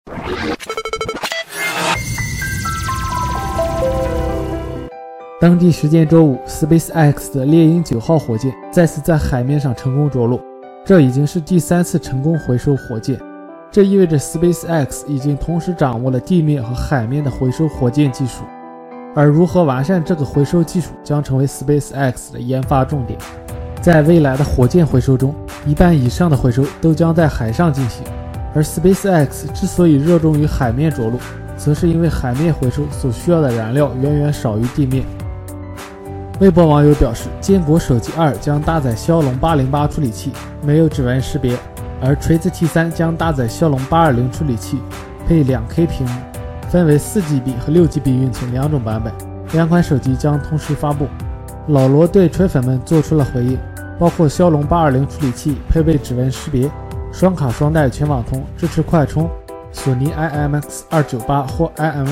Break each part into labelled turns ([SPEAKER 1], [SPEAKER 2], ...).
[SPEAKER 1] 当地时间周五 ，SpaceX 的猎鹰9号火箭再次在海面上成功着陆，这已经是第3次成功回收火箭。这意味着 SpaceX 已经同时掌握了地面和海面的回收火箭技术，而如何完善这个回收技术将成为 SpaceX 的研发重点。在未来的火箭回收中，一半以上的回收都将在海上进行，而 SpaceX 之所以热衷于海面着陆，则是因为海面回收所需要的燃料远远少于地面。微博网友表示，坚果手机2将搭载骁龙808处理器，没有指纹识别，而锤子 T3 将搭载骁龙820处理器，配 2K 屏幕，分为 4GB 和 6GB 运存2种版本，两款手机将同时发布。老罗对锤粉们做出了回应，包括骁龙820处理器配备指纹识别，双卡双待全网通，支持快充，索尼 IMX298 或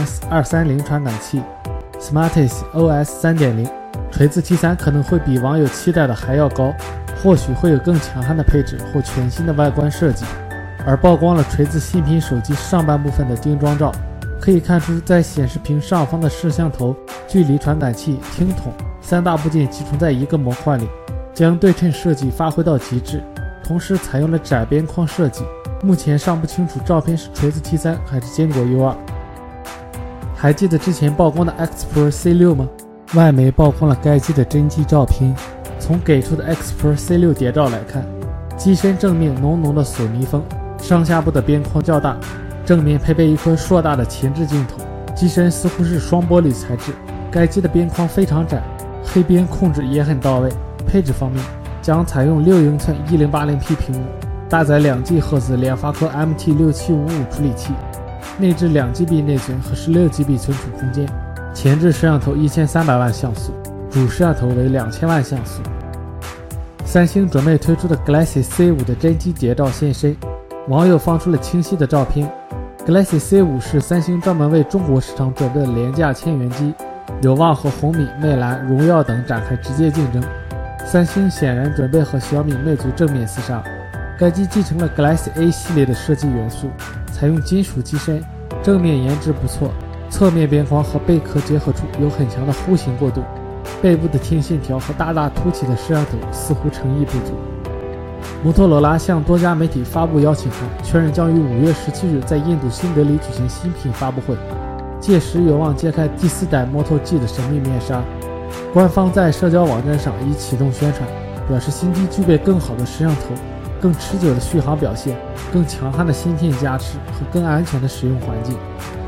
[SPEAKER 1] IMX230 传感器， Smartisan OS 3.0。锤子 T3 可能会比网友期待的还要高，或许会有更强悍的配置或全新的外观设计。而曝光了锤子新品手机上半部分的定妆照，可以看出在显示屏上方的摄像头、距离传感器、听筒3大部件集中在一个模块里，将对称设计发挥到极致，同时采用了窄边框设计。目前尚不清楚照片是锤子 T3 还是坚果 U2。还记得之前曝光的 X Pro C6 吗？外媒曝光了该机的真机照片，从给出的 X Pro C6 谍照来看，机身正面浓浓的索尼风，上下部的边框较大，正面配备一颗硕大的前置镜头，机身似乎是双玻璃材质，该机的边框非常窄，黑边控制也很到位。配置方面，将采用6英寸 1080p 屏幕，搭载2G 赫兹联发科 MT6755 处理器，内置2GB 内存和16GB 存储空间。前置摄像头1300万像素，主摄像头为2000万像素。三星准备推出的 Galaxy C5 的真机谍照现身，网友放出了清晰的照片。Galaxy C5 是三星专门为中国市场准备的廉价千元机，有望和红米、魅蓝、荣耀等展开直接竞争。三星显然准备和小米、魅族正面厮杀。该机继承了 Galaxy A 系列的设计元素，采用金属机身，正面颜值不错，侧面边框和贝壳结合处有很强的弧形过渡，背部的天线条和大大凸起的摄像头似乎诚意不足。摩托罗拉向多家媒体发布邀请函，确认将于5月17日在印度新德里举行新品发布会，届时有望揭开第4代 Moto G 的神秘面纱。官方在社交网站上已启动宣传，表示新机具备更好的摄像头、更持久的续航表现、更强悍的芯片加持和更安全的使用环境。